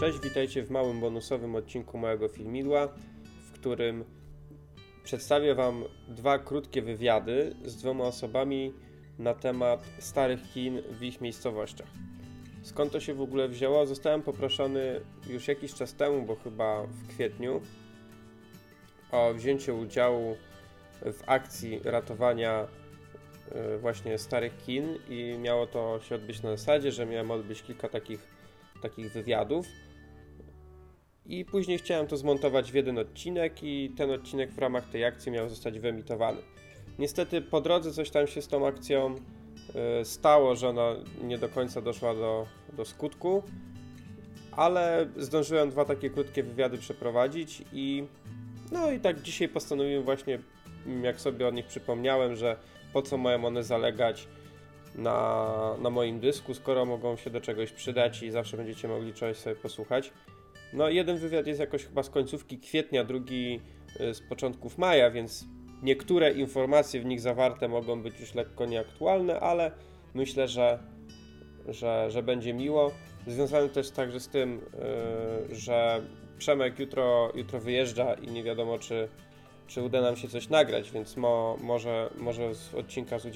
Cześć, witajcie w małym bonusowym odcinku małego filmidła, w którym przedstawię Wam dwa krótkie wywiady z dwoma osobami na temat starych kin w ich miejscowościach. Skąd to się w ogóle wzięło? Zostałem poproszony już jakiś czas temu, bo chyba w kwietniu, o wzięcie udziału w akcji ratowania właśnie starych kin i miało to się odbyć na zasadzie, że miałem odbyć kilka takich wywiadów i później chciałem to zmontować w jeden odcinek i ten odcinek w ramach tej akcji miał zostać wyemitowany. Niestety po drodze coś tam się z tą akcją stało, że ona nie do końca doszła do skutku, ale zdążyłem dwa takie krótkie wywiady przeprowadzić i tak dzisiaj postanowiłem właśnie, jak sobie o nich przypomniałem, że po co mają one zalegać na moim dysku, skoro mogą się do czegoś przydać i zawsze będziecie mogli czegoś sobie posłuchać. Jeden wywiad jest jakoś chyba z końcówki kwietnia, drugi z początków maja, więc niektóre informacje w nich zawarte mogą być już lekko nieaktualne, ale myślę, że będzie miło. Związane też także z tym, że Przemek jutro wyjeżdża i nie wiadomo, czy uda nam się coś nagrać, więc może z odcinka z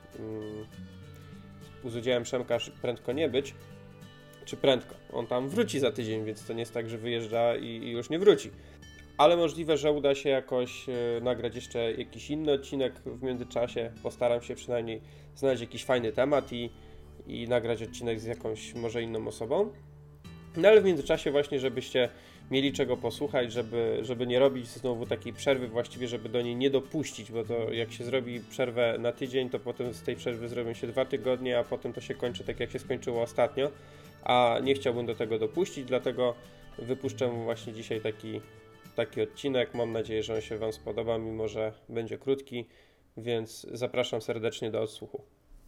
udziałem Przemka prędko nie być. Czy prędko. On tam wróci za tydzień, więc to nie jest tak, że wyjeżdża i już nie wróci. Ale możliwe, że uda się jakoś nagrać jeszcze jakiś inny odcinek w międzyczasie. Postaram się przynajmniej znaleźć jakiś fajny temat i nagrać odcinek z jakąś może inną osobą. Ale w międzyczasie właśnie, żebyście mieli czego posłuchać, żeby nie robić znowu takiej przerwy, właściwie żeby do niej nie dopuścić, bo to jak się zrobi przerwę na tydzień, to potem z tej przerwy zrobią się 2 tygodnie, a potem to się kończy tak, jak się skończyło ostatnio, a nie chciałbym do tego dopuścić, dlatego wypuszczę właśnie dzisiaj taki odcinek. Mam nadzieję, że on się Wam spodoba, mimo że będzie krótki, więc zapraszam serdecznie do odsłuchu.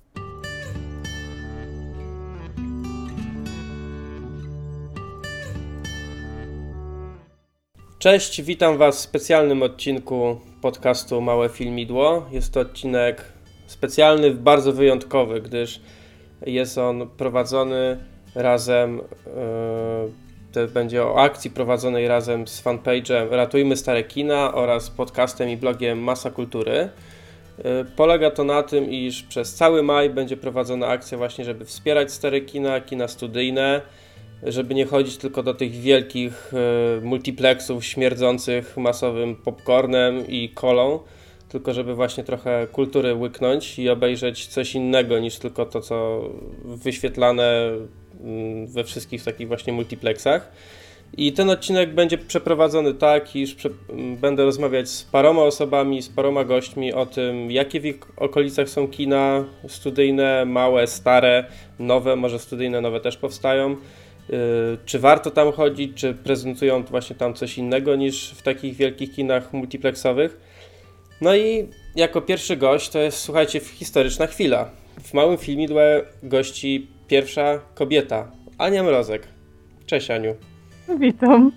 Cześć, witam Was w specjalnym odcinku podcastu Małe Filmidło. Jest to odcinek specjalny, bardzo wyjątkowy, gdyż jest on prowadzony razem, to będzie o akcji prowadzonej razem z fanpage'em Ratujmy Stare Kina oraz podcastem i blogiem Masa Kultury. Polega to na tym, iż przez cały maj będzie prowadzona akcja właśnie, żeby wspierać stare kina studyjne, żeby nie chodzić tylko do tych wielkich multiplexów śmierdzących masowym popcornem i kolą, tylko żeby właśnie trochę kultury łyknąć i obejrzeć coś innego niż tylko to, co wyświetlane we wszystkich takich właśnie multiplexach. I ten odcinek będzie przeprowadzony tak, iż będę rozmawiać z paroma osobami, z paroma gośćmi o tym, jakie w ich okolicach są kina studyjne, małe, stare, nowe, może studyjne nowe też powstają. Czy warto tam chodzić, czy prezentują właśnie tam coś innego niż w takich wielkich kinach multiplexowych. I jako pierwszy gość to jest, słuchajcie, historyczna chwila. W małym filmidle gości pierwsza kobieta, Ania Mrozek. Cześć, Aniu. Witam.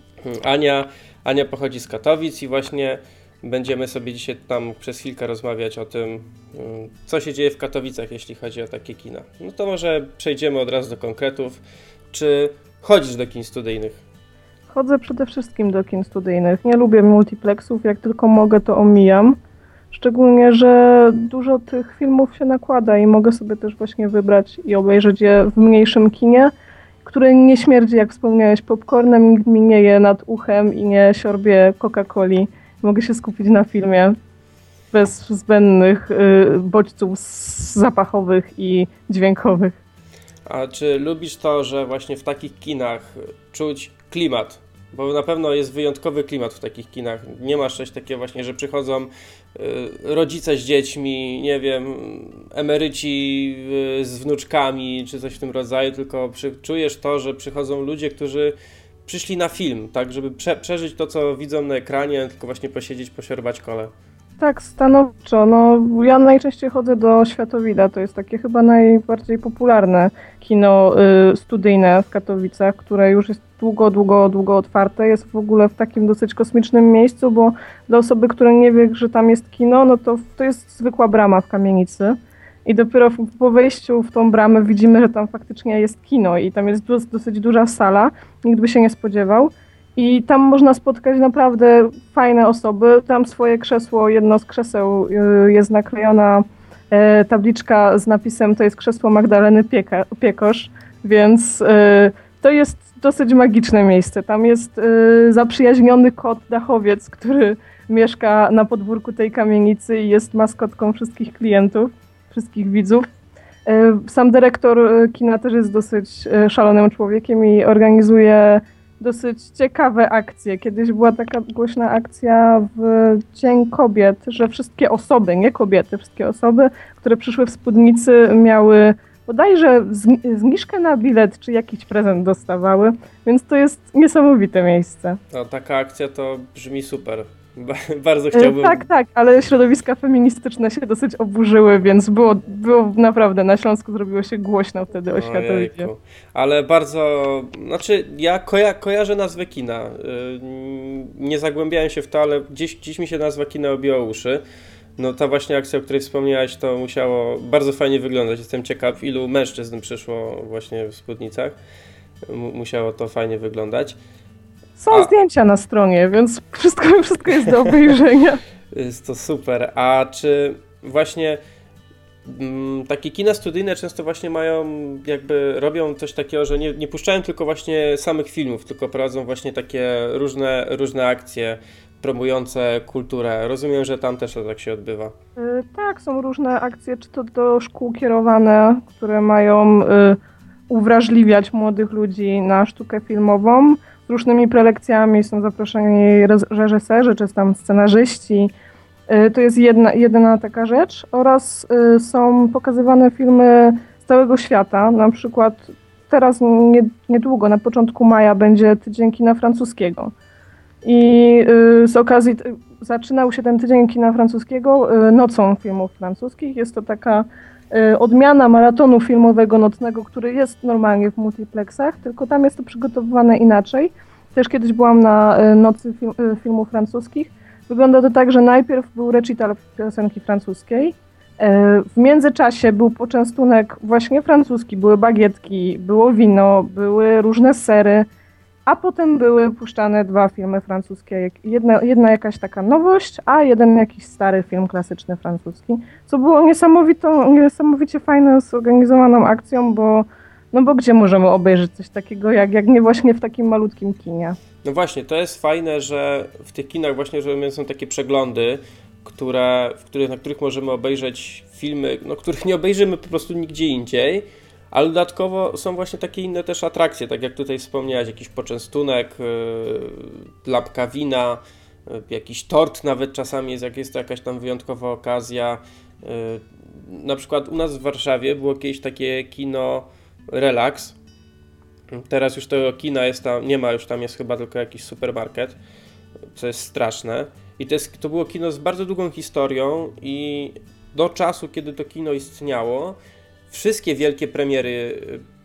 Ania pochodzi z Katowic i właśnie będziemy sobie dzisiaj tam przez chwilkę rozmawiać o tym, co się dzieje w Katowicach, jeśli chodzi o takie kina. To może przejdziemy od razu do konkretów. Czy chodzisz do kin studyjnych? Chodzę przede wszystkim do kin studyjnych. Nie lubię multiplexów, jak tylko mogę, to omijam. Szczególnie, że dużo tych filmów się nakłada i mogę sobie też właśnie wybrać i obejrzeć je w mniejszym kinie, który nie śmierdzi, jak wspomniałeś, popcornem, nikt mi nie je nad uchem i nie siorbie Coca-Coli. Mogę się skupić na filmie bez zbędnych bodźców zapachowych i dźwiękowych. A czy lubisz to, że właśnie w takich kinach czuć klimat? Bo na pewno jest wyjątkowy klimat w takich kinach. Nie masz coś takiego właśnie, że przychodzą rodzice z dziećmi, nie wiem, emeryci z wnuczkami, czy coś w tym rodzaju, tylko czujesz to, że przychodzą ludzie, którzy przyszli na film, tak, żeby przeżyć to, co widzą na ekranie, tylko właśnie posiedzieć, posiorbać kole. Tak, stanowczo. Ja najczęściej chodzę do Światowida, to jest takie chyba najbardziej popularne kino studyjne w Katowicach, które już jest długo otwarte. Jest w ogóle w takim dosyć kosmicznym miejscu, bo dla osoby, która nie wie, że tam jest kino, to jest zwykła brama w kamienicy i dopiero po wejściu w tą bramę widzimy, że tam faktycznie jest kino i tam jest dosyć duża sala, nikt by się nie spodziewał. I tam można spotkać naprawdę fajne osoby. Tam swoje krzesło, jedno z krzeseł jest naklejona tabliczka z napisem to jest krzesło Magdaleny Piekosz, więc to jest dosyć magiczne miejsce. Tam jest zaprzyjaźniony kot Dachowiec, który mieszka na podwórku tej kamienicy i jest maskotką wszystkich klientów, wszystkich widzów. Sam dyrektor kina też jest dosyć szalonym człowiekiem i organizuje dosyć ciekawe akcje. Kiedyś była taka głośna akcja w Dzień Kobiet, że wszystkie osoby, nie kobiety, wszystkie osoby, które przyszły w spódnicy miały bodajże zniżkę na bilet, czy jakiś prezent dostawały, więc to jest niesamowite miejsce. No, taka akcja to brzmi super. Bardzo chciałbym... Tak, ale środowiska feministyczne się dosyć oburzyły, więc było naprawdę, na Śląsku zrobiło się głośno wtedy o Światowicie. Ale bardzo, znaczy ja kojarzę nazwę kina, nie zagłębiałem się w to, ale gdzieś mi się nazwa kina obiła uszy. No ta właśnie akcja, o której wspomniałaś, to musiało bardzo fajnie wyglądać. Jestem ciekaw, ilu mężczyzn przyszło właśnie w spódnicach. Musiało to fajnie wyglądać. Są zdjęcia na stronie, więc wszystko jest do obejrzenia. Jest to super. A czy właśnie takie kina studyjne często właśnie robią coś takiego, że nie puszczają tylko właśnie samych filmów, tylko prowadzą właśnie takie różne akcje promujące kulturę. Rozumiem, że tam też to tak się odbywa. Tak, są różne akcje, czy to do szkół kierowane, które mają uwrażliwiać młodych ludzi na sztukę filmową. Z różnymi prelekcjami są zaproszeni reżyserzy, czy tam scenarzyści. To jest jedna taka rzecz. Oraz są pokazywane filmy z całego świata. Na przykład teraz niedługo, na początku maja, będzie Tydzień Kina Francuskiego. I z okazji zaczynał się ten Tydzień Kina Francuskiego nocą filmów francuskich. Jest to taka odmiana maratonu filmowego nocnego, który jest normalnie w multiplexach, tylko tam jest to przygotowywane inaczej. Też kiedyś byłam na nocy filmów francuskich. Wygląda to tak, że najpierw był recital piosenki francuskiej. W międzyczasie był poczęstunek właśnie francuski, były bagietki, było wino, były różne sery, a potem były puszczane 2 filmy francuskie. Jedna jakaś taka nowość, a jeden jakiś stary film klasyczny francuski, co było niesamowicie fajną, zorganizowaną akcją, bo gdzie możemy obejrzeć coś takiego, jak nie właśnie w takim malutkim kinie. No właśnie, to jest fajne, że w tych kinach właśnie że są takie przeglądy, na których możemy obejrzeć filmy, których nie obejrzymy po prostu nigdzie indziej, ale dodatkowo są właśnie takie inne też atrakcje, tak jak tutaj wspomniałeś, jakiś poczęstunek, lampka wina, jakiś tort nawet czasami jest, jak jest to jakaś tam wyjątkowa okazja. Na przykład u nas w Warszawie było kiedyś takie kino Relax. Teraz już tego kina nie ma, już tam jest chyba tylko jakiś supermarket, co jest straszne. I to było kino z bardzo długą historią i do czasu, kiedy to kino istniało, wszystkie wielkie premiery,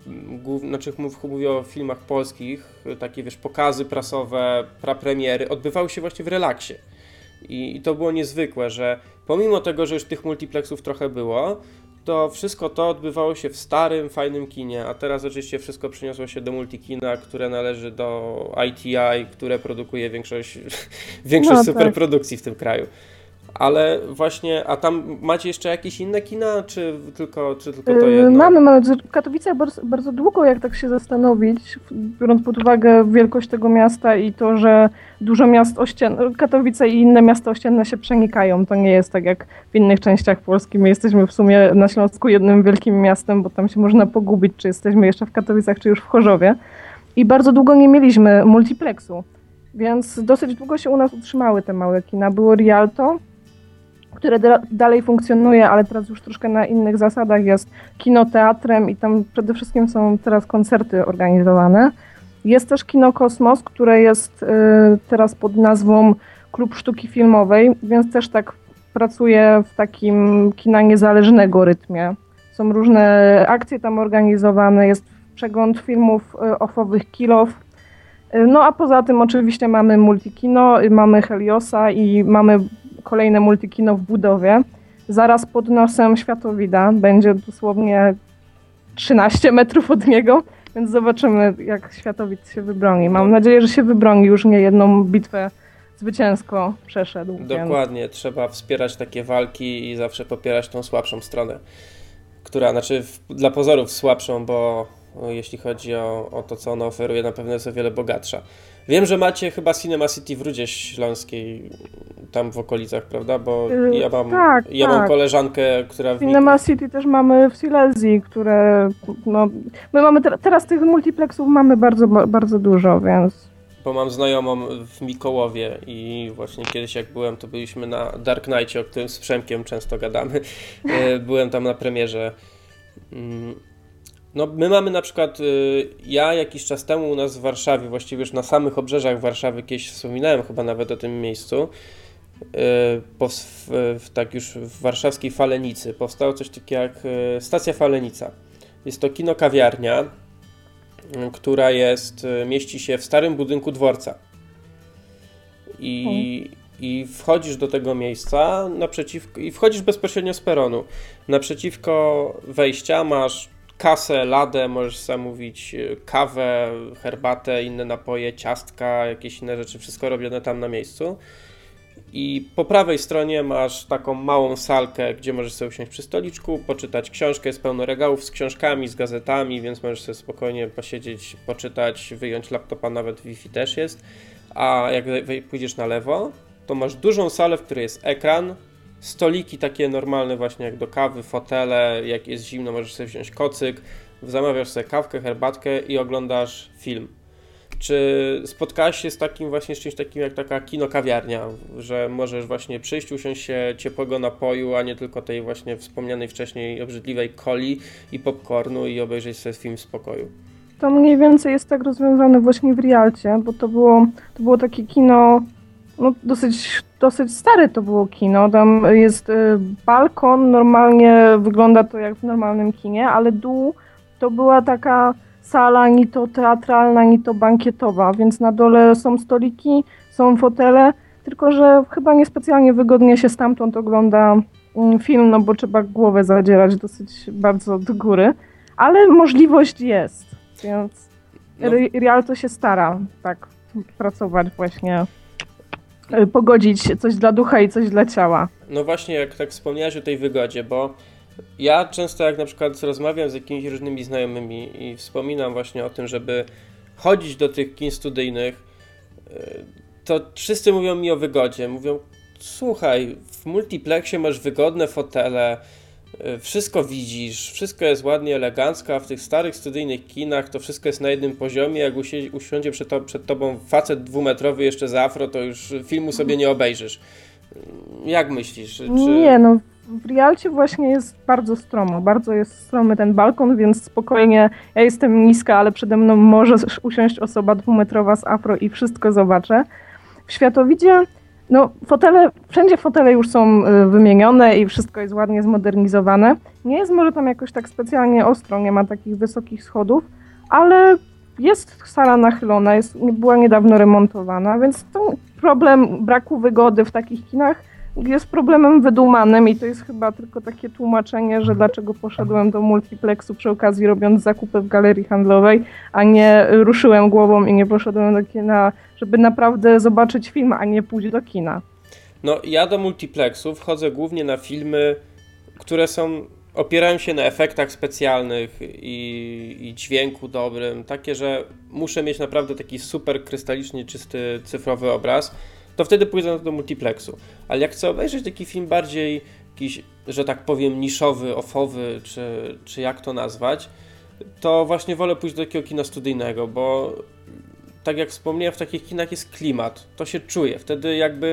mówię o filmach polskich, takie pokazy prasowe, prapremiery, odbywały się właśnie w Relaksie. I to było niezwykłe, że pomimo tego, że już tych multiplexów trochę było, to wszystko to odbywało się w starym, fajnym kinie, a teraz oczywiście wszystko przeniosło się do multikina, które należy do ITI, które produkuje większość superprodukcji w tym kraju. Ale właśnie, a tam macie jeszcze jakieś inne kina, czy tylko to jedno? Mamy w Katowicach bardzo długo, jak tak się zastanowić, biorąc pod uwagę wielkość tego miasta i to, że dużo miast ościennych, Katowice i inne miasta ościenne się przenikają. To nie jest tak jak w innych częściach Polski. My jesteśmy w sumie na Śląsku jednym wielkim miastem, bo tam się można pogubić, czy jesteśmy jeszcze w Katowicach, czy już w Chorzowie. I bardzo długo nie mieliśmy multiplexu, więc dosyć długo się u nas utrzymały te małe kina. Było Rialto, które dalej funkcjonuje, ale teraz już troszkę na innych zasadach, jest kino teatrem i tam przede wszystkim są teraz koncerty organizowane. Jest też kino Kosmos, które jest teraz pod nazwą Klub Sztuki Filmowej, więc też tak pracuje w takim kina niezależnego rytmie. Są różne akcje tam organizowane, jest przegląd filmów offowych Kilof. No a poza tym oczywiście mamy multikino, mamy Heliosa i mamy kolejne multikino w budowie. zaraz pod nosem Światowida. Będzie dosłownie 13 metrów od niego, więc zobaczymy, jak Światowid się wybroni. Mam nadzieję, że się wybroni, już nie jedną bitwę zwycięsko przeszedł. Dokładnie, więc trzeba wspierać takie walki i zawsze popierać tą słabszą stronę, która, dla pozorów słabszą, bo jeśli chodzi o to, co ona oferuje, na pewno jest o wiele bogatsza. Wiem, że macie chyba Cinema City w Rudzie Śląskiej, tam w okolicach, prawda? Bo ja mam koleżankę, która... Cinema City też mamy w Silesii, które... my mamy teraz tych multiplexów mamy bardzo, bardzo dużo, więc... Bo mam znajomą w Mikołowie i właśnie kiedyś jak byłem, to byliśmy na Dark Knightie, o którym z Przemkiem często gadamy. Byłem tam na premierze. My mamy na przykład, ja jakiś czas temu u nas w Warszawie, właściwie już na samych obrzeżach Warszawy, kiedyś wspominałem chyba nawet o tym miejscu, tak już w warszawskiej Falenicy powstało coś takiego jak Stacja Falenica. Jest to kino-kawiarnia, która mieści się w starym budynku dworca. I wchodzisz do tego miejsca i wchodzisz bezpośrednio z peronu. Naprzeciwko wejścia masz kasę, ladę, możesz zamówić kawę, herbatę, inne napoje, ciastka, jakieś inne rzeczy, wszystko robione tam na miejscu. I po prawej stronie masz taką małą salkę, gdzie możesz sobie usiąść przy stoliczku, poczytać książkę, jest pełno regałów z książkami, z gazetami, więc możesz sobie spokojnie posiedzieć, poczytać, wyjąć laptopa, nawet Wi-Fi też jest. A jak pójdziesz na lewo, to masz dużą salę, w której jest ekran, stoliki takie normalne właśnie jak do kawy, fotele, jak jest zimno możesz sobie wziąć kocyk, zamawiasz sobie kawkę, herbatkę i oglądasz film. Czy spotkałaś się z takim właśnie z czymś takim jak taka kino-kawiarnia, że możesz właśnie przyjść, usiąść się ciepłego napoju, a nie tylko tej właśnie wspomnianej wcześniej obrzydliwej coli i popcornu i obejrzeć sobie film w spokoju? To mniej więcej jest tak rozwiązane właśnie w Rialcie, bo to było takie kino, dosyć stare to było kino. Tam jest balkon, normalnie wygląda to jak w normalnym kinie, ale dół to była taka sala ni to teatralna, ni to bankietowa, więc na dole są stoliki, są fotele, tylko że chyba niespecjalnie wygodnie się stamtąd ogląda film, bo trzeba głowę zadzierać dosyć bardzo do góry, ale możliwość jest, więc Rialto się stara tak pracować właśnie, pogodzić coś dla ducha i coś dla ciała. No właśnie, jak tak wspomniałeś o tej wygodzie, bo ja często jak na przykład rozmawiam z jakimiś różnymi znajomymi i wspominam właśnie o tym, żeby chodzić do tych kin studyjnych, to wszyscy mówią mi o wygodzie. Mówią, słuchaj, w multiplexie masz wygodne fotele, wszystko widzisz, wszystko jest ładnie, elegancko, a w tych starych studyjnych kinach to wszystko jest na jednym poziomie. Jak usiądzie przed tobą facet 2-metrowy jeszcze z afro, to już filmu sobie nie obejrzysz. Jak myślisz? Nie, w Rialcie właśnie jest bardzo stromo, bardzo jest stromy ten balkon, więc spokojnie, ja jestem niska, ale przede mną może usiąść osoba 2-metrowa z afro i wszystko zobaczę. W Światowidzie, wszędzie fotele już są wymienione i wszystko jest ładnie zmodernizowane. Nie jest może tam jakoś tak specjalnie ostro, nie ma takich wysokich schodów, ale jest sala nachylona, była niedawno remontowana, więc to problem braku wygody w takich kinach jest problemem wydumanym i to jest chyba tylko takie tłumaczenie, że dlaczego poszedłem do multiplexu przy okazji robiąc zakupy w galerii handlowej, a nie ruszyłem głową i nie poszedłem do kina, żeby naprawdę zobaczyć film, a nie pójść do kina. Ja do multiplexu wchodzę głównie na filmy, które opierają się na efektach specjalnych i dźwięku dobrym, takie, że muszę mieć naprawdę taki super krystalicznie czysty cyfrowy obraz, to wtedy pójdę do multiplexu. Ale jak chcę obejrzeć taki film bardziej jakiś, że tak powiem, niszowy, offowy, czy jak to nazwać, to właśnie wolę pójść do takiego kina studyjnego, bo tak jak wspomniałem, w takich kinach jest klimat, to się czuje. Wtedy jakby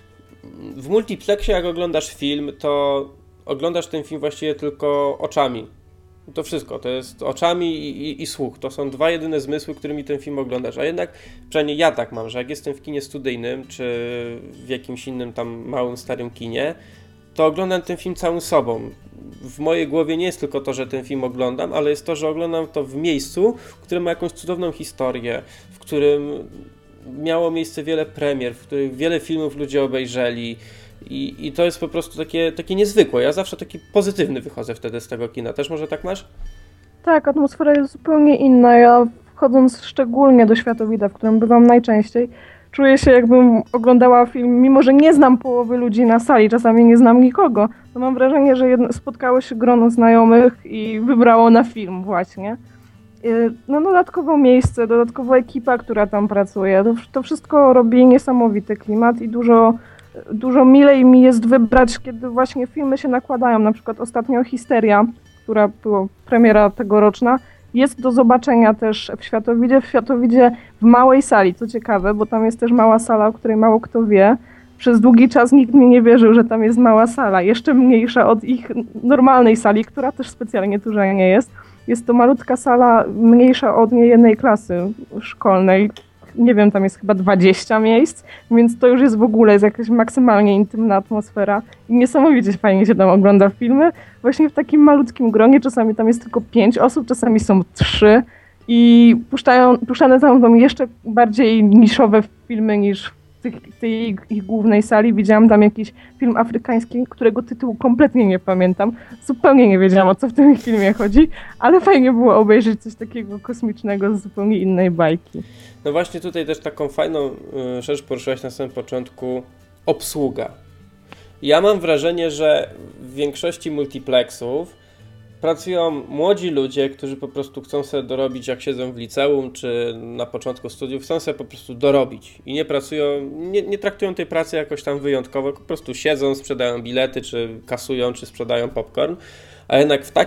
w multiplexie jak oglądasz film, to oglądasz ten film właściwie tylko oczami. To wszystko, to jest oczami i słuch. To są dwa jedyne zmysły, którymi ten film oglądasz. A jednak, przynajmniej ja tak mam, że jak jestem w kinie studyjnym, czy w jakimś innym tam małym, starym kinie, to oglądam ten film całym sobą. W mojej głowie nie jest tylko to, że ten film oglądam, ale jest to, że oglądam to w miejscu, które ma jakąś cudowną historię, w którym miało miejsce wiele premier, w których wiele filmów ludzie obejrzeli, I to jest po prostu takie niezwykłe. Ja zawsze taki pozytywny wychodzę wtedy z tego kina. Też może tak masz? Tak, atmosfera jest zupełnie inna. Ja wchodząc szczególnie do światowida, w którym bywam najczęściej, czuję się jakbym oglądała film, mimo że nie znam połowy ludzi na sali, czasami nie znam nikogo, to mam wrażenie, że spotkało się grono znajomych i wybrało na film właśnie. No dodatkowo miejsce, dodatkowo ekipa, która tam pracuje, to wszystko robi niesamowity klimat i dużo milej mi jest wybrać, kiedy właśnie filmy się nakładają. Na przykład ostatnio Histeria, która była premiera tegoroczna, jest do zobaczenia też w Światowidzie w małej sali, co ciekawe, bo tam jest też mała sala, o której mało kto wie. Przez długi czas nikt mi nie wierzył, że tam jest mała sala, jeszcze mniejsza od ich normalnej sali, która też specjalnie duża nie jest. Jest to malutka sala, mniejsza od niejednej klasy szkolnej. Nie wiem, tam jest chyba 20 miejsc, więc to już jest w ogóle jakaś maksymalnie intymna atmosfera. I niesamowicie fajnie się tam ogląda filmy. Właśnie w takim malutkim gronie, czasami tam jest tylko 5 osób, czasami są 3 i puszczane tam są jeszcze bardziej niszowe filmy niż w tej ich głównej sali. Widziałam tam jakiś film afrykański, którego tytułu kompletnie nie pamiętam. Zupełnie nie wiedziałam, o co w tym filmie chodzi, ale fajnie było obejrzeć coś takiego kosmicznego z zupełnie innej bajki. No właśnie tutaj też taką fajną rzecz poruszyłaś na samym początku. Obsługa. Ja mam wrażenie, że w większości multiplexów pracują młodzi ludzie, którzy po prostu chcą sobie dorobić, jak siedzą w liceum czy na początku studiów, chcą sobie po prostu dorobić i nie pracują, nie traktują tej pracy jakoś tam wyjątkowo, po prostu siedzą, sprzedają bilety, czy kasują, czy sprzedają popcorn, a jednak w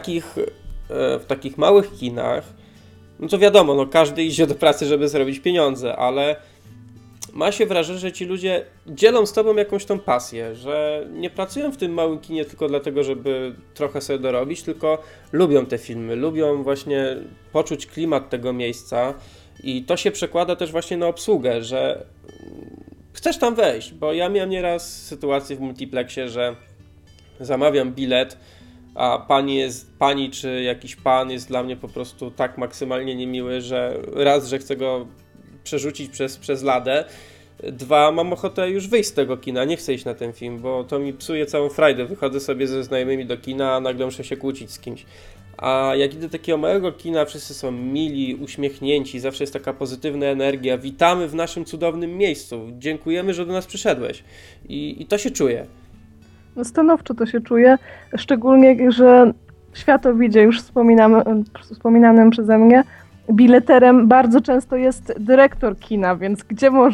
takich małych kinach, no to wiadomo, no każdy idzie do pracy, żeby zrobić pieniądze, ale ma się wrażenie, że ci ludzie dzielą z tobą jakąś tą pasję, że nie pracują w tym małym kinie tylko dlatego, żeby trochę sobie dorobić, tylko lubią te filmy, lubią właśnie poczuć klimat tego miejsca i to się przekłada też właśnie na obsługę, że chcesz tam wejść, bo ja miałem nieraz sytuację w multiplexie, że zamawiam bilet, a pani czy jakiś pan jest dla mnie po prostu tak maksymalnie niemiły, że raz, że chcę go przerzucić przez ladę, 2, mam ochotę już wyjść z tego kina, nie chcę iść na ten film, bo to mi psuje całą frajdę, wychodzę sobie ze znajomymi do kina, a nagle muszę się kłócić z kimś. A jak idę do takiego małego kina, wszyscy są mili, uśmiechnięci, zawsze jest taka pozytywna energia, witamy w naszym cudownym miejscu, dziękujemy, że do nas przyszedłeś i to się czuje. No stanowczo to się czuje, szczególnie, że w Światowidzie już wspominanym przeze mnie bileterem bardzo często jest dyrektor kina, więc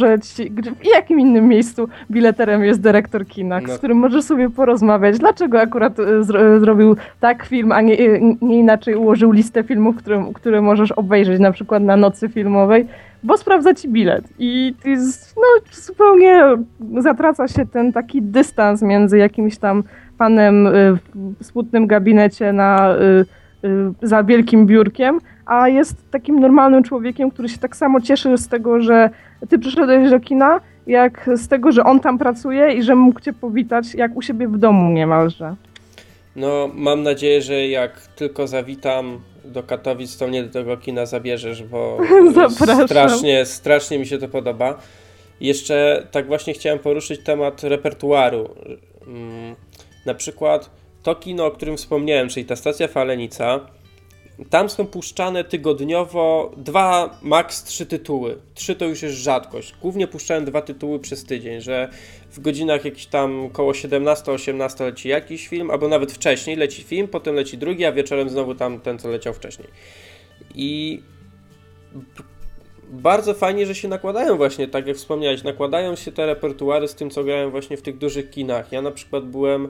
w jakim innym miejscu bileterem jest dyrektor kina, z którym możesz sobie porozmawiać, dlaczego akurat zrobił tak film, a nie inaczej ułożył listę filmów, które możesz obejrzeć na przykład na nocy filmowej, bo sprawdza ci bilet i zupełnie zatraca się ten taki dystans między jakimś tam panem w smutnym gabinecie za wielkim biurkiem, a jest takim normalnym człowiekiem, który się tak samo cieszy z tego, że ty przyszedłeś do kina, jak z tego, że on tam pracuje i że mógł cię powitać jak u siebie w domu niemalże. No, mam nadzieję, że jak tylko zawitam do Katowic, to mnie do tego kina zabierzesz, bo strasznie mi się to podoba. Jeszcze tak właśnie chciałem poruszyć temat repertuaru. Na przykład to kino, o którym wspomniałem, czyli ta stacja Falenica, tam są puszczane tygodniowo 2, max 3 tytuły. 3 to już jest rzadkość. Głównie puszczałem 2 tytuły przez tydzień, że w godzinach jakiś tam koło 17-18 leci jakiś film, albo nawet wcześniej leci film, potem leci drugi, a wieczorem znowu tam ten, co leciał wcześniej. I bardzo fajnie, że się nakładają właśnie, tak jak wspomniałeś, nakładają się te repertuary z tym, co grałem właśnie w tych dużych kinach. Ja na przykład byłem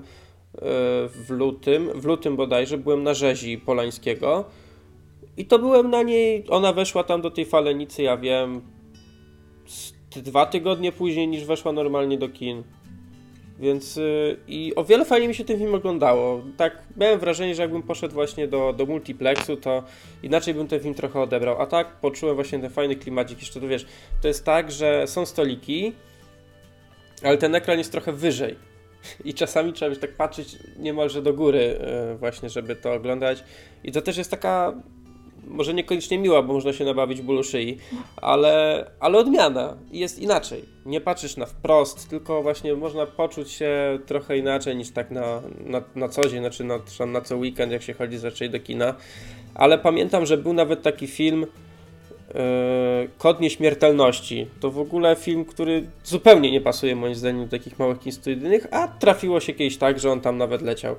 w lutym bodajże, byłem na Rzezi Polańskiego i to byłem na niej, ona weszła tam do tej Falenicy, ja wiem, 2 tygodnie później niż weszła normalnie do kin. Więc i o wiele fajnie mi się ten film oglądało. Tak, miałem wrażenie, że jakbym poszedł właśnie do multiplexu, to inaczej bym ten film trochę odebrał. A tak poczułem właśnie ten fajny klimacik. Jeszcze to wiesz, to jest tak, że są stoliki, ale ten ekran jest trochę wyżej. I czasami trzeba być tak patrzeć niemalże do góry właśnie, żeby to oglądać. I to też jest taka może niekoniecznie miła, bo można się nabawić bólu szyi, ale odmiana. Jest inaczej. Nie patrzysz na wprost, tylko właśnie można poczuć się trochę inaczej niż tak na co dzień, znaczy na co weekend, jak się chodzi raczej do kina. Ale pamiętam, że był nawet taki film Kod Nieśmiertelności. To w ogóle film, który zupełnie nie pasuje moim zdaniem do takich małych kin studyjnych, a trafiło się kiedyś tak, że on tam nawet leciał.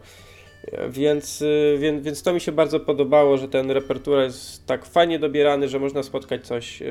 Więc to mi się bardzo podobało, że ten repertuar jest tak fajnie dobierany, że można spotkać coś,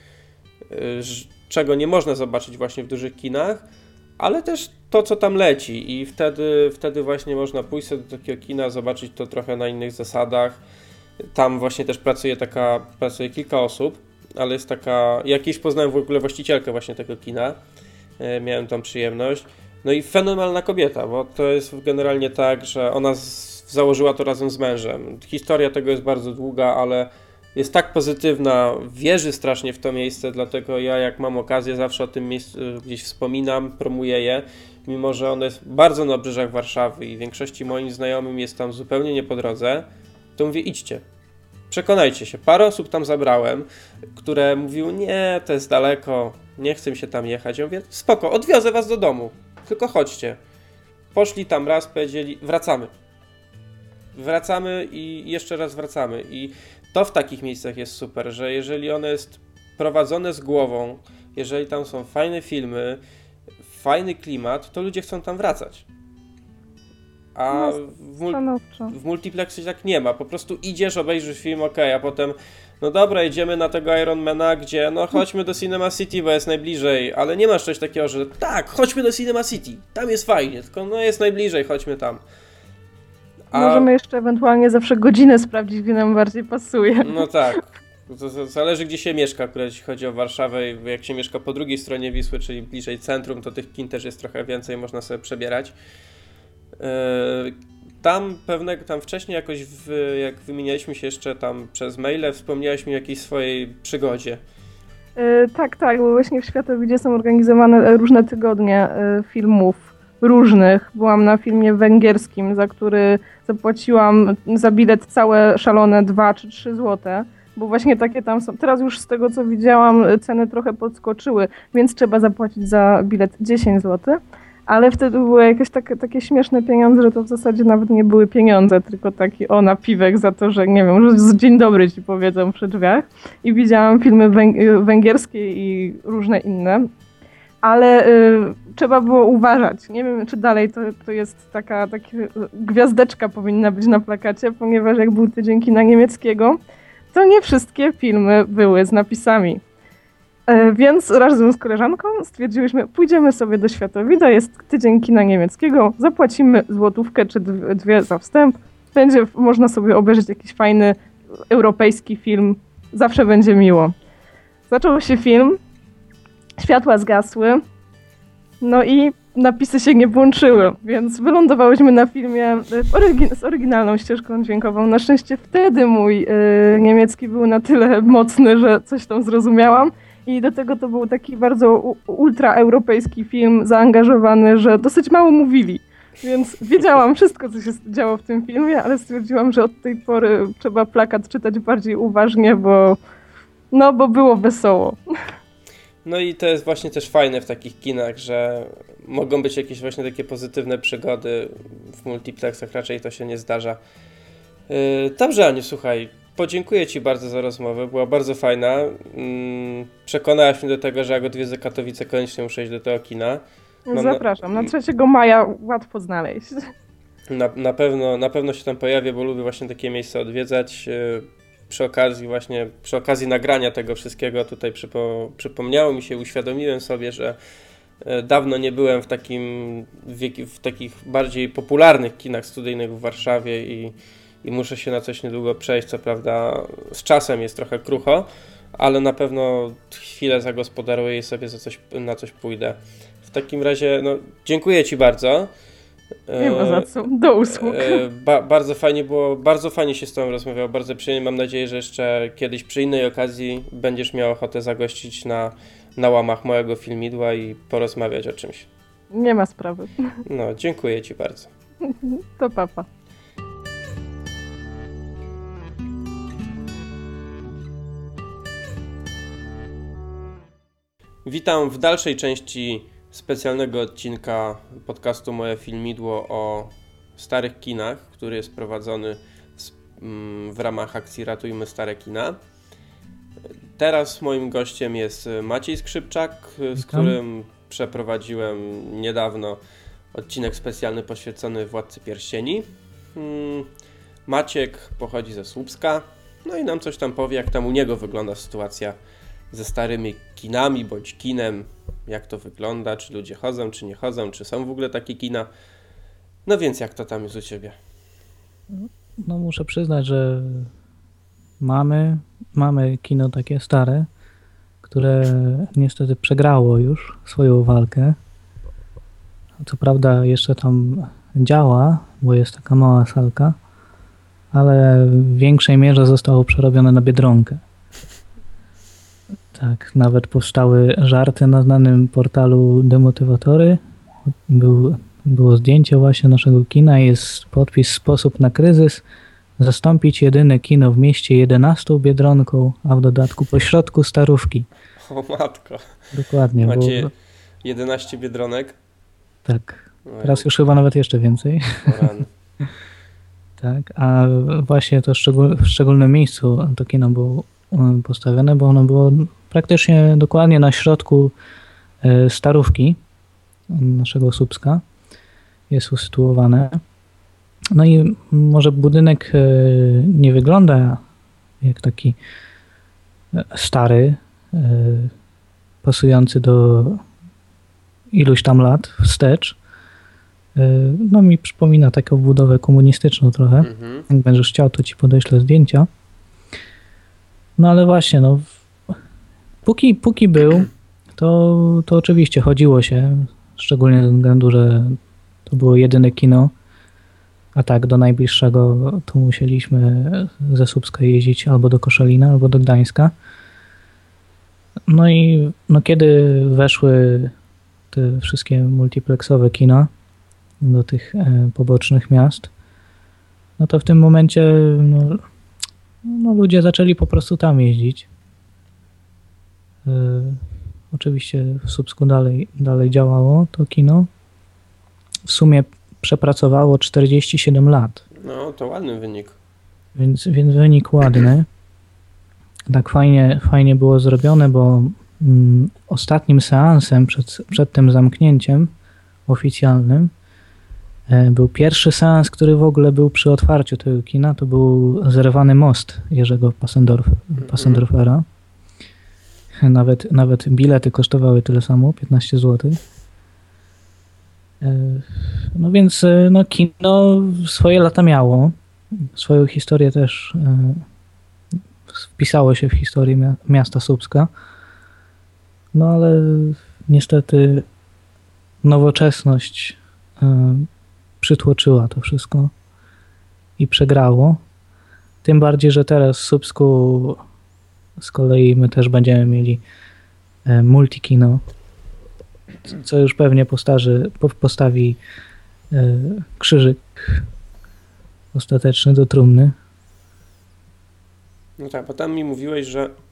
czego nie można zobaczyć właśnie w dużych kinach, ale też to, co tam leci i wtedy właśnie można pójść sobie do takiego kina, zobaczyć to trochę na innych zasadach. Tam właśnie też pracuje kilka osób, ale jest taka, jakieś poznałem w ogóle właścicielkę właśnie tego kina, miałem tam przyjemność. No i fenomenalna kobieta, bo to jest generalnie tak, że ona założyła to razem z mężem. Historia tego jest bardzo długa, ale jest tak pozytywna, wierzy strasznie w to miejsce, dlatego ja jak mam okazję zawsze o tym miejscu gdzieś wspominam, promuję je, mimo że ono jest bardzo na obrzeżach Warszawy i większości moim znajomym jest tam zupełnie nie po drodze, to mówię idźcie. Przekonajcie się. Parę osób tam zabrałem, które mówiły, nie, to jest daleko, nie chcę mi się tam jechać. Ja mówię, spoko, odwiozę was do domu, tylko chodźcie. Poszli tam raz, powiedzieli, wracamy. Wracamy i jeszcze raz wracamy. I to w takich miejscach jest super, że jeżeli ono jest prowadzone z głową, jeżeli tam są fajne filmy, fajny klimat, to ludzie chcą tam wracać. A w multiplexie tak nie ma. Po prostu idziesz, obejrzysz film, a potem no dobra, idziemy na tego Ironmana, gdzie no chodźmy do Cinema City, bo jest najbliżej, ale nie masz czegoś takiego, że tak, chodźmy do Cinema City, tam jest fajnie, tylko no jest najbliżej, chodźmy tam. Możemy jeszcze ewentualnie zawsze godzinę sprawdzić, gdzie nam bardziej pasuje. No tak. To zależy, gdzie się mieszka, akurat jeśli chodzi o Warszawę, jak się mieszka po drugiej stronie Wisły, czyli bliżej centrum, to tych kin też jest trochę więcej, można sobie przebierać. Tam wcześniej jakoś, jak wymienialiśmy się jeszcze tam przez maile, wspomniałeś mi o jakiejś swojej przygodzie. Tak, bo właśnie w Światowidzie są organizowane różne tygodnie filmów różnych. Byłam na filmie węgierskim, za który zapłaciłam za bilet całe szalone 2 czy 3 złote, bo właśnie takie tam są. Teraz już z tego, co widziałam, ceny trochę podskoczyły, więc trzeba zapłacić za bilet 10 zł. Ale wtedy były jakieś takie śmieszne pieniądze, że to w zasadzie nawet nie były pieniądze, tylko taki napiwek za to, że nie wiem, że dzień dobry ci powiedzą przy drzwiach. I widziałam filmy węgierskie i różne inne. Ale trzeba było uważać. Nie wiem, czy dalej to jest taka gwiazdeczka powinna być na plakacie, ponieważ jak był tydzień kina niemieckiego, to nie wszystkie filmy były z napisami. Więc razem z koleżanką stwierdziłyśmy, pójdziemy sobie do Światowida, jest tydzień kina niemieckiego, zapłacimy złotówkę czy 2 za wstęp, będzie można sobie obejrzeć jakiś fajny europejski film, zawsze będzie miło. Zaczął się film, światła zgasły, no i napisy się nie włączyły, więc wylądowałyśmy na filmie z oryginalną ścieżką dźwiękową. Na szczęście wtedy mój niemiecki był na tyle mocny, że coś tam zrozumiałam. I do tego to był taki bardzo ultraeuropejski film, zaangażowany, że dosyć mało mówili. Więc wiedziałam wszystko, co się działo w tym filmie, ale stwierdziłam, że od tej pory trzeba plakat czytać bardziej uważnie, bo było wesoło. No i to jest właśnie też fajne w takich kinach, że mogą być jakieś właśnie takie pozytywne przygody. W multiplexach raczej to się nie zdarza. Dobrze, Aniu, słuchaj. Podziękuję ci bardzo za rozmowę, była bardzo fajna. Przekonałaś mnie do tego, że jak odwiedzę Katowice, koniecznie muszę iść do tego kina. Zapraszam, na 3 maja łatwo znaleźć. Na pewno się tam pojawię, bo lubię właśnie takie miejsca odwiedzać. Przy okazji nagrania tego wszystkiego tutaj przypomniało mi się, uświadomiłem sobie, że dawno nie byłem w takich bardziej popularnych kinach studyjnych w Warszawie i muszę się na coś niedługo przejść, co prawda z czasem jest trochę krucho, ale na pewno chwilę zagospodaruję i sobie na coś pójdę. W takim razie, dziękuję ci bardzo. Nie ma za co, do usług. Bardzo fajnie było, bardzo fajnie się z tobą rozmawiało, bardzo przyjemnie. Mam nadzieję, że jeszcze kiedyś przy innej okazji będziesz miał ochotę zagościć na łamach mojego filmidła i porozmawiać o czymś. Nie ma sprawy. Dziękuję ci bardzo. To papa. Witam w dalszej części specjalnego odcinka podcastu Moje Filmidło o starych kinach, który jest prowadzony w ramach akcji Ratujmy Stare Kina. Teraz moim gościem jest Maciej Skrzypczak, z którym przeprowadziłem niedawno odcinek specjalny poświęcony Władcy Pierścieni. Maciek pochodzi ze Słupska, no i nam coś tam powie, jak tam u niego wygląda sytuacja ze starymi kinami bądź kinem, jak to wygląda, czy ludzie chodzą, czy nie chodzą, czy są w ogóle takie kina. No więc jak to tam jest u Ciebie? No muszę przyznać, że mamy kino takie stare, które niestety przegrało już swoją walkę. Co prawda jeszcze tam działa, bo jest taka mała salka, ale w większej mierze zostało przerobione na Biedronkę. Tak, nawet powstały żarty na znanym portalu Demotywatory. Było zdjęcie właśnie naszego kina i jest podpis "Sposób na kryzys. Zastąpić jedyne kino w mieście 11 Biedronką, a w dodatku pośrodku Starówki". O matko. Dokładnie. Macie 11 Biedronek? Tak. Teraz już chyba nawet jeszcze więcej. Tak, a właśnie to w szczególnym miejscu to kino było postawione, bo ono było praktycznie dokładnie na środku Starówki naszego Słupska. Jest usytuowane. No i może budynek nie wygląda jak taki stary, pasujący do iluś tam lat wstecz. No mi przypomina taką budowę komunistyczną trochę. Jak będziesz chciał, to ci podeślę zdjęcia. No ale właśnie, no póki był, to oczywiście chodziło się, szczególnie ze względu, że to było jedyne kino, a tak do najbliższego to musieliśmy ze Słupska jeździć albo do Koszalina, albo do Gdańska. No i kiedy weszły te wszystkie multiplexowe kina do tych pobocznych miast, no to w tym momencie ludzie zaczęli po prostu tam jeździć. Oczywiście w Słupsku dalej działało to kino. W sumie przepracowało 47 lat. No, to ładny wynik. Więc wynik ładny. Tak fajnie było zrobione, bo ostatnim seansem przed tym zamknięciem oficjalnym był pierwszy seans, który w ogóle był przy otwarciu tego kina. To był Zerwany most Jerzego Passendorfera. Nawet bilety kosztowały tyle samo, 15 zł. No więc kino swoje lata miało. Swoją historię też wpisało się w historię miasta Słupska. No ale niestety nowoczesność przytłoczyła to wszystko i przegrało. Tym bardziej, że teraz w Słupsku z kolei my też będziemy mieli multikino, co już pewnie postawi krzyżyk ostateczny do trumny. No tak, bo tam mi mówiłeś,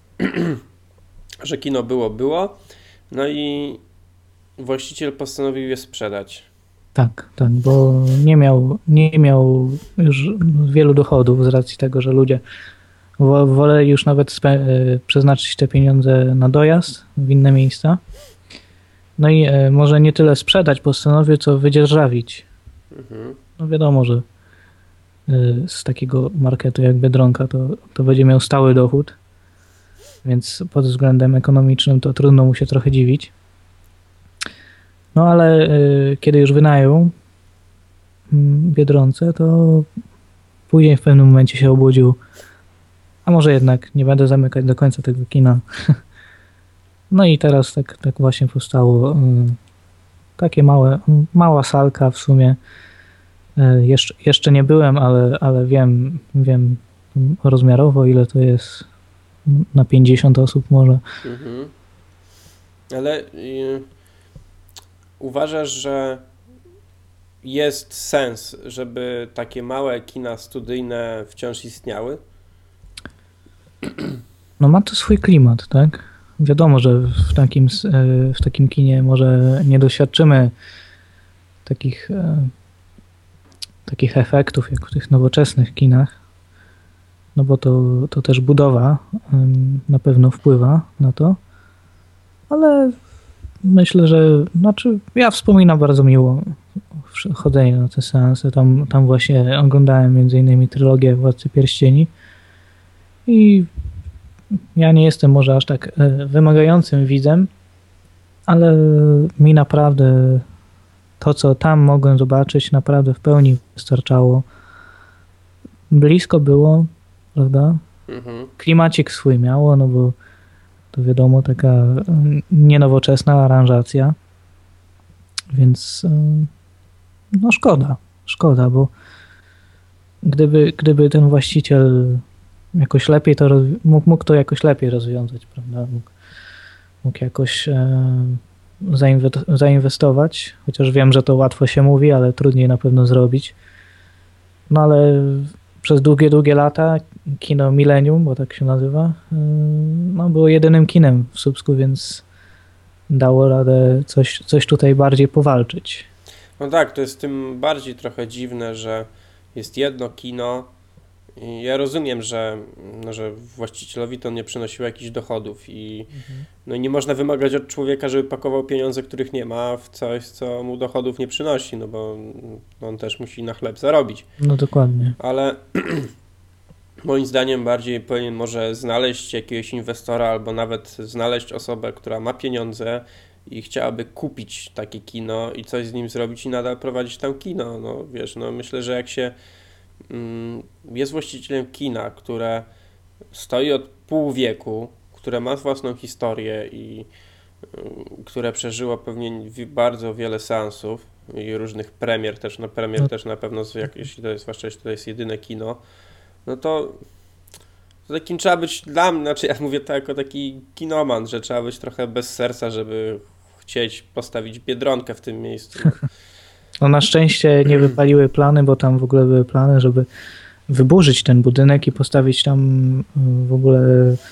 że kino było, no i właściciel postanowił je sprzedać. Tak, bo nie miał już wielu dochodów z racji tego, że ludzie woleli już nawet przeznaczyć te pieniądze na dojazd w inne miejsca. No i może nie tyle sprzedać postanowił, co wydzierżawić. No wiadomo, że z takiego marketu jak Biedronka to będzie miał stały dochód, więc pod względem ekonomicznym to trudno mu się trochę dziwić. No ale kiedy już wynajął Biedronce, to później w pewnym momencie się obudził, a może jednak nie będę zamykać do końca tego kina. No i teraz tak właśnie powstało takie mała salka w sumie. Jeszcze nie byłem, ale wiem rozmiarowo, ile to jest na 50 osób może. Ale uważasz, że jest sens, żeby takie małe kina studyjne wciąż istniały? No ma to swój klimat, tak? wiadomo, że w takim kinie może nie doświadczymy takich efektów jak w tych nowoczesnych kinach, no bo to też budowa na pewno wpływa na to, ale myślę, że ja wspominam bardzo miło chodzenie na te seanse. Tam właśnie oglądałem m.in. trylogię Władcy Pierścieni i ja nie jestem może aż tak wymagającym widzem, ale mi naprawdę to, co tam mogłem zobaczyć, naprawdę w pełni wystarczało. Blisko było, prawda? Klimacik swój miało, no bo to wiadomo, taka nienowoczesna aranżacja, więc no szkoda, bo gdyby ten właściciel jakoś lepiej mógł to jakoś lepiej rozwiązać, prawda? Mógł jakoś zainwestować, chociaż wiem, że to łatwo się mówi, ale trudniej na pewno zrobić. No ale przez długie lata kino Millennium, bo tak się nazywa, no było jedynym kinem w Słupsku, więc dało radę coś tutaj bardziej powalczyć. No tak, to jest tym bardziej trochę dziwne, że jest jedno kino i ja rozumiem, że właścicielowi to nie przynosiło jakichś dochodów i no i nie można wymagać od człowieka, żeby pakował pieniądze, których nie ma, w coś, co mu dochodów nie przynosi, no bo on też musi na chleb zarobić. No dokładnie. Ale moim zdaniem bardziej powinien może znaleźć jakiegoś inwestora albo nawet znaleźć osobę, która ma pieniądze i chciałaby kupić takie kino i coś z nim zrobić i nadal prowadzić tam kino. No wiesz, no myślę, że jak się jest właścicielem kina, które stoi od pół wieku, które ma własną historię i które przeżyło pewnie bardzo wiele seansów i różnych premier też, no premier też na pewno, jeśli to jest, zwłaszcza jeśli to jest jedyne kino, no to takim trzeba być dla mnie, znaczy ja mówię to jako taki kinoman, że trzeba być trochę bez serca, żeby chcieć postawić Biedronkę w tym miejscu. No na szczęście nie wypaliły plany, bo tam w ogóle były plany, żeby wyburzyć ten budynek i postawić tam w ogóle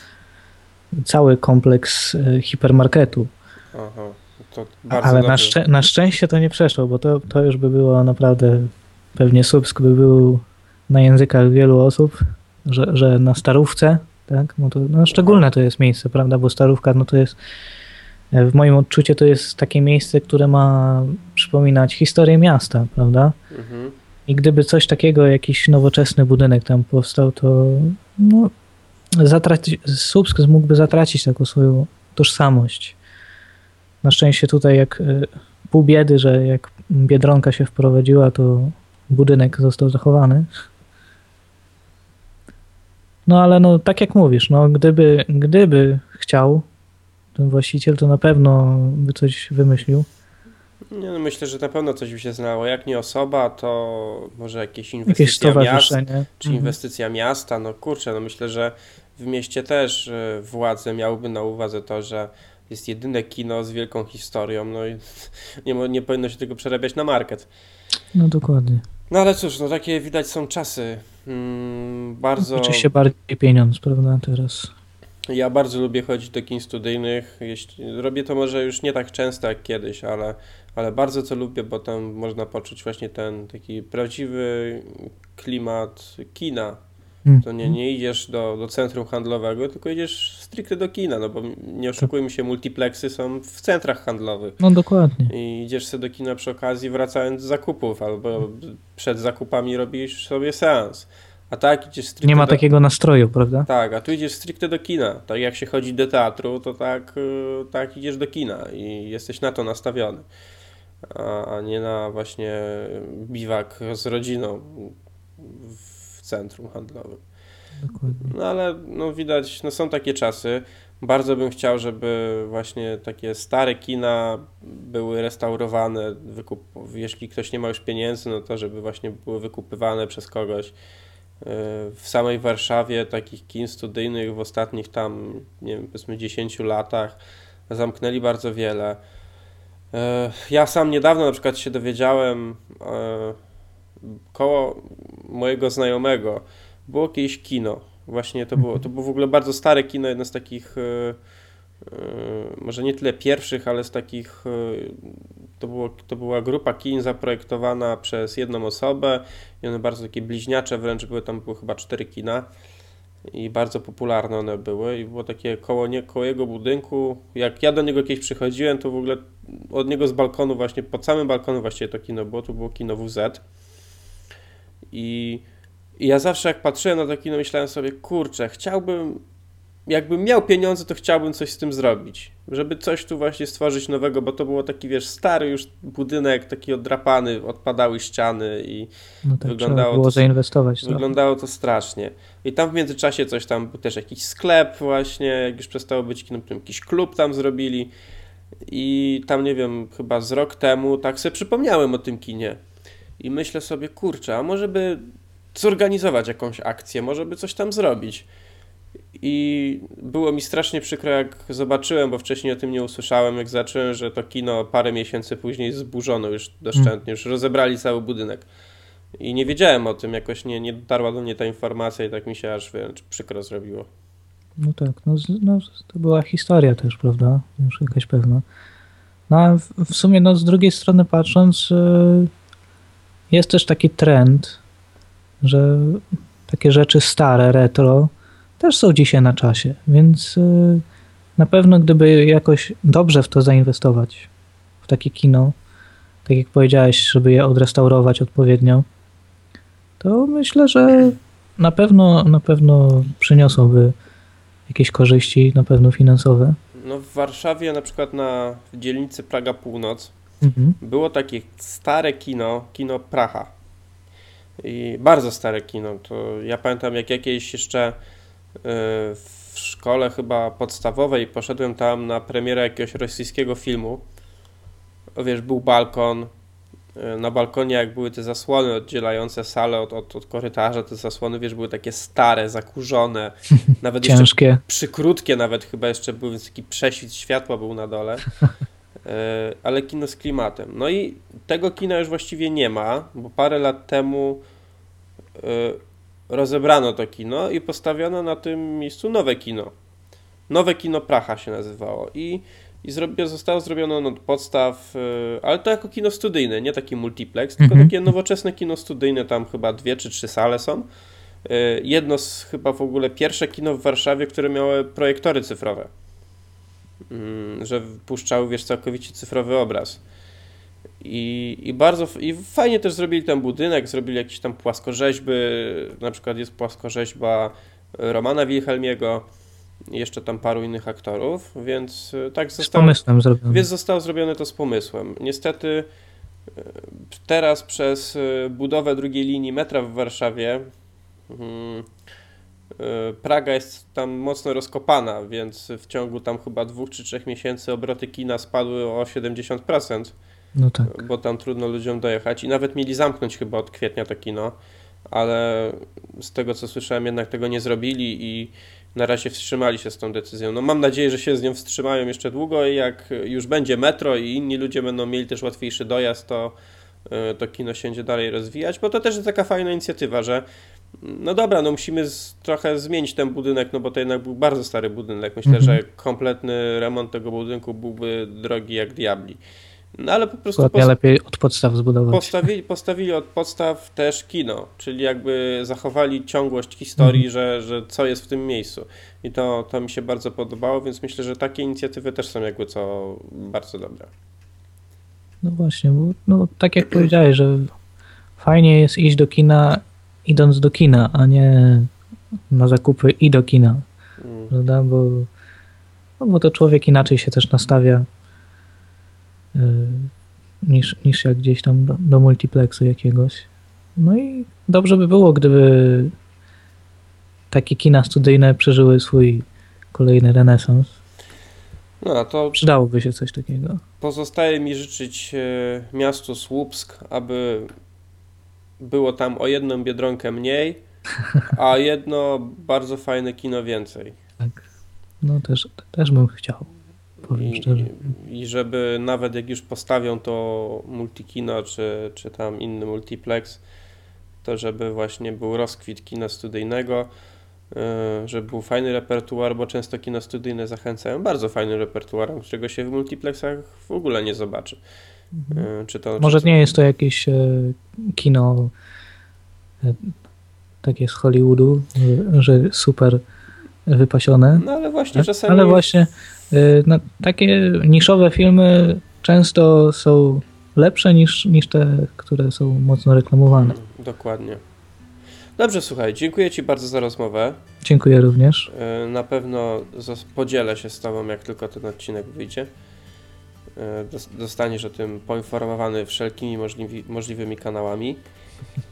cały kompleks hipermarketu. Aha, to bardzo ale na szczęście to nie przeszło, bo to już by było naprawdę, pewnie Słupsk by był na językach wielu osób, że na Starówce, tak, no to szczególne to jest miejsce, prawda, bo Starówka, no to jest, w moim odczuciu to jest takie miejsce, które ma przypominać historię miasta, prawda? I gdyby coś takiego, jakiś nowoczesny budynek tam powstał, to no, Słupsk mógłby zatracić taką swoją tożsamość. Na szczęście tutaj jak pół biedy, że jak Biedronka się wprowadziła, to budynek został zachowany. No ale no tak jak mówisz, no gdyby chciał ten właściciel, to na pewno by coś wymyślił. Nie, no myślę, że na pewno coś by się znało. Jak nie osoba, to może jakieś inwestycja miasta, czy inwestycja miasta. No kurczę, no myślę, że w mieście też władze miałyby na uwadze to, że jest jedyne kino z wielką historią, no i nie powinno się tego przerabiać na market. No dokładnie. No ale cóż, no takie widać są czasy. Bardzo... Oczywiście bardziej pieniądz, prawda, teraz. Ja bardzo lubię chodzić do kin studyjnych. Robię to może już nie tak często jak kiedyś, ale bardzo to lubię, bo tam można poczuć właśnie ten taki prawdziwy klimat kina. To nie idziesz do centrum handlowego, tylko idziesz stricte do kina, no bo nie oszukujmy się, multiplexy są w centrach handlowych. No dokładnie. I idziesz sobie do kina przy okazji wracając z zakupów, albo przed zakupami robisz sobie seans. A tak idziesz stricte nie ma takiego nastroju, prawda? Tak, a tu idziesz stricte do kina. Tak jak się chodzi do teatru, to tak idziesz do kina i jesteś na to nastawiony. A nie na właśnie biwak z rodziną w centrum handlowym. Dokładnie. No ale no widać, no są takie czasy. Bardzo bym chciał, żeby właśnie takie stare kina były restaurowane. Jeśli ktoś nie ma już pieniędzy, no to żeby właśnie były wykupywane przez kogoś. W samej Warszawie takich kin studyjnych w ostatnich tam, nie wiem, powiedzmy 10 latach zamknęli bardzo wiele. Ja sam niedawno na przykład się dowiedziałem, koło mojego znajomego było jakieś kino. Właśnie to było w ogóle bardzo stare kino, jedno z takich może nie tyle pierwszych, ale z takich, to była grupa kin zaprojektowana przez jedną osobę i one bardzo takie bliźniacze wręcz były, tam były chyba 4 kina i bardzo popularne one były i było takie koło jego budynku, jak ja do niego kiedyś przychodziłem, to w ogóle od niego z balkonu właśnie, pod samym balkonu właściwie to kino było, to było kino WZ i ja zawsze jak patrzyłem na to kino myślałem sobie, kurczę, jakbym miał pieniądze, to chciałbym coś z tym zrobić, żeby coś tu właśnie stworzyć nowego, bo to było taki, wiesz, stary już budynek, taki oddrapany, odpadały ściany i no tak, wyglądało było zainwestować. Wyglądało to strasznie. I tam w międzyczasie coś tam, był też jakiś sklep właśnie, jak już przestało być kinem, jakiś klub tam zrobili i tam, nie wiem, chyba z rok temu tak sobie przypomniałem o tym kinie i myślę sobie, kurczę, a może by zorganizować jakąś akcję, może by coś tam zrobić. I było mi strasznie przykro, jak zobaczyłem, bo wcześniej o tym nie usłyszałem, jak zacząłem, że to kino parę miesięcy później zburzono już doszczętnie, już rozebrali cały budynek. I nie wiedziałem o tym, jakoś nie dotarła do mnie ta informacja i tak mi się aż wręcz przykro zrobiło. No tak, no to była historia też, prawda? Już jakaś pewna. No a w sumie, no z drugiej strony patrząc, jest też taki trend, że takie rzeczy stare, retro, też są dzisiaj na czasie, więc na pewno gdyby jakoś dobrze w to zainwestować, w takie kino, tak jak powiedziałeś, żeby je odrestaurować odpowiednio, to myślę, że na pewno przyniosłoby jakieś korzyści, na pewno finansowe. No w Warszawie na przykład w dzielnicy Praga Północ było takie stare kino Praha. I bardzo stare kino. To ja pamiętam, jak jakieś jeszcze w szkole chyba podstawowej poszedłem tam na premierę jakiegoś rosyjskiego filmu. Wiesz, był balkon. Na balkonie jak były te zasłony oddzielające salę od korytarza, te zasłony, wiesz, były takie stare, zakurzone. Nawet ciężkie. Jeszcze przykrótkie nawet chyba jeszcze były, więc taki prześwit światła był na dole. Ale kino z klimatem. No i tego kina już właściwie nie ma, bo parę lat temu rozebrano to kino i postawiono na tym miejscu nowe kino. Nowe kino Praha się nazywało i zostało zrobione od podstaw, ale to jako kino studyjne, nie taki multiplex, tylko takie nowoczesne kino studyjne, tam chyba 2 czy 3 sale są. Jedno chyba w ogóle pierwsze kino w Warszawie, które miało projektory cyfrowe, że puszczały, wiesz, całkowicie cyfrowy obraz. I fajnie też zrobili ten budynek, zrobili jakieś tam płaskorzeźby, na przykład jest płaskorzeźba Romana Wilhelmiego, jeszcze tam paru innych aktorów, więc tak zostało zrobione to z pomysłem. Niestety teraz przez budowę drugiej linii metra w Warszawie Praga jest tam mocno rozkopana, więc w ciągu tam chyba 2 czy 3 miesięcy obroty kina spadły o 70%. No tak. Bo tam trudno ludziom dojechać i nawet mieli zamknąć chyba od kwietnia to kino, ale z tego co słyszałem jednak tego nie zrobili i na razie wstrzymali się z tą decyzją. No mam nadzieję, że się z nią wstrzymają jeszcze długo i jak już będzie metro i inni ludzie będą mieli też łatwiejszy dojazd, to kino się będzie dalej rozwijać, bo to też jest taka fajna inicjatywa, że no dobra, no musimy trochę zmienić ten budynek, no bo to jednak był bardzo stary budynek. Myślę, że kompletny remont tego budynku byłby drogi jak diabli. No ale po prostu lepiej od podstaw zbudować. Postawili od podstaw też kino, czyli jakby zachowali ciągłość historii, że co jest w tym miejscu. I to mi się bardzo podobało, więc myślę, że takie inicjatywy też są jakby co bardzo dobre. No właśnie, bo no, tak jak powiedziałeś, że fajnie jest iść do kina idąc do kina, a nie na zakupy i do kina. Prawda? Bo to człowiek inaczej się też nastawia niż jak gdzieś tam do multiplexu jakiegoś. No i dobrze by było, gdyby takie kina studyjne przeżyły swój kolejny renesans. No to przydałoby się coś takiego. Pozostaje mi życzyć miastu Słupsk, aby było tam o jedną Biedronkę mniej, a jedno bardzo fajne kino więcej. Tak. No też bym chciał. Powiem szczerze. I żeby nawet jak już postawią to multikino, czy tam inny multiplex, to żeby właśnie był rozkwit kina studyjnego. żeby był fajny repertuar, bo często kino studyjne zachęcają bardzo fajnym repertuarem, czego się w multiplexach w ogóle nie zobaczy. Może nie jest to jakieś kino takie z Hollywoodu, że super wypasione. No ale właśnie tak? czasami... Ale właśnie takie niszowe filmy często są lepsze niż te, które są mocno reklamowane. Dokładnie. Dobrze, słuchaj, dziękuję Ci bardzo za rozmowę. Dziękuję również. Na pewno podzielę się z Tobą, jak tylko ten odcinek wyjdzie. Dostaniesz o tym poinformowany wszelkimi możliwymi kanałami.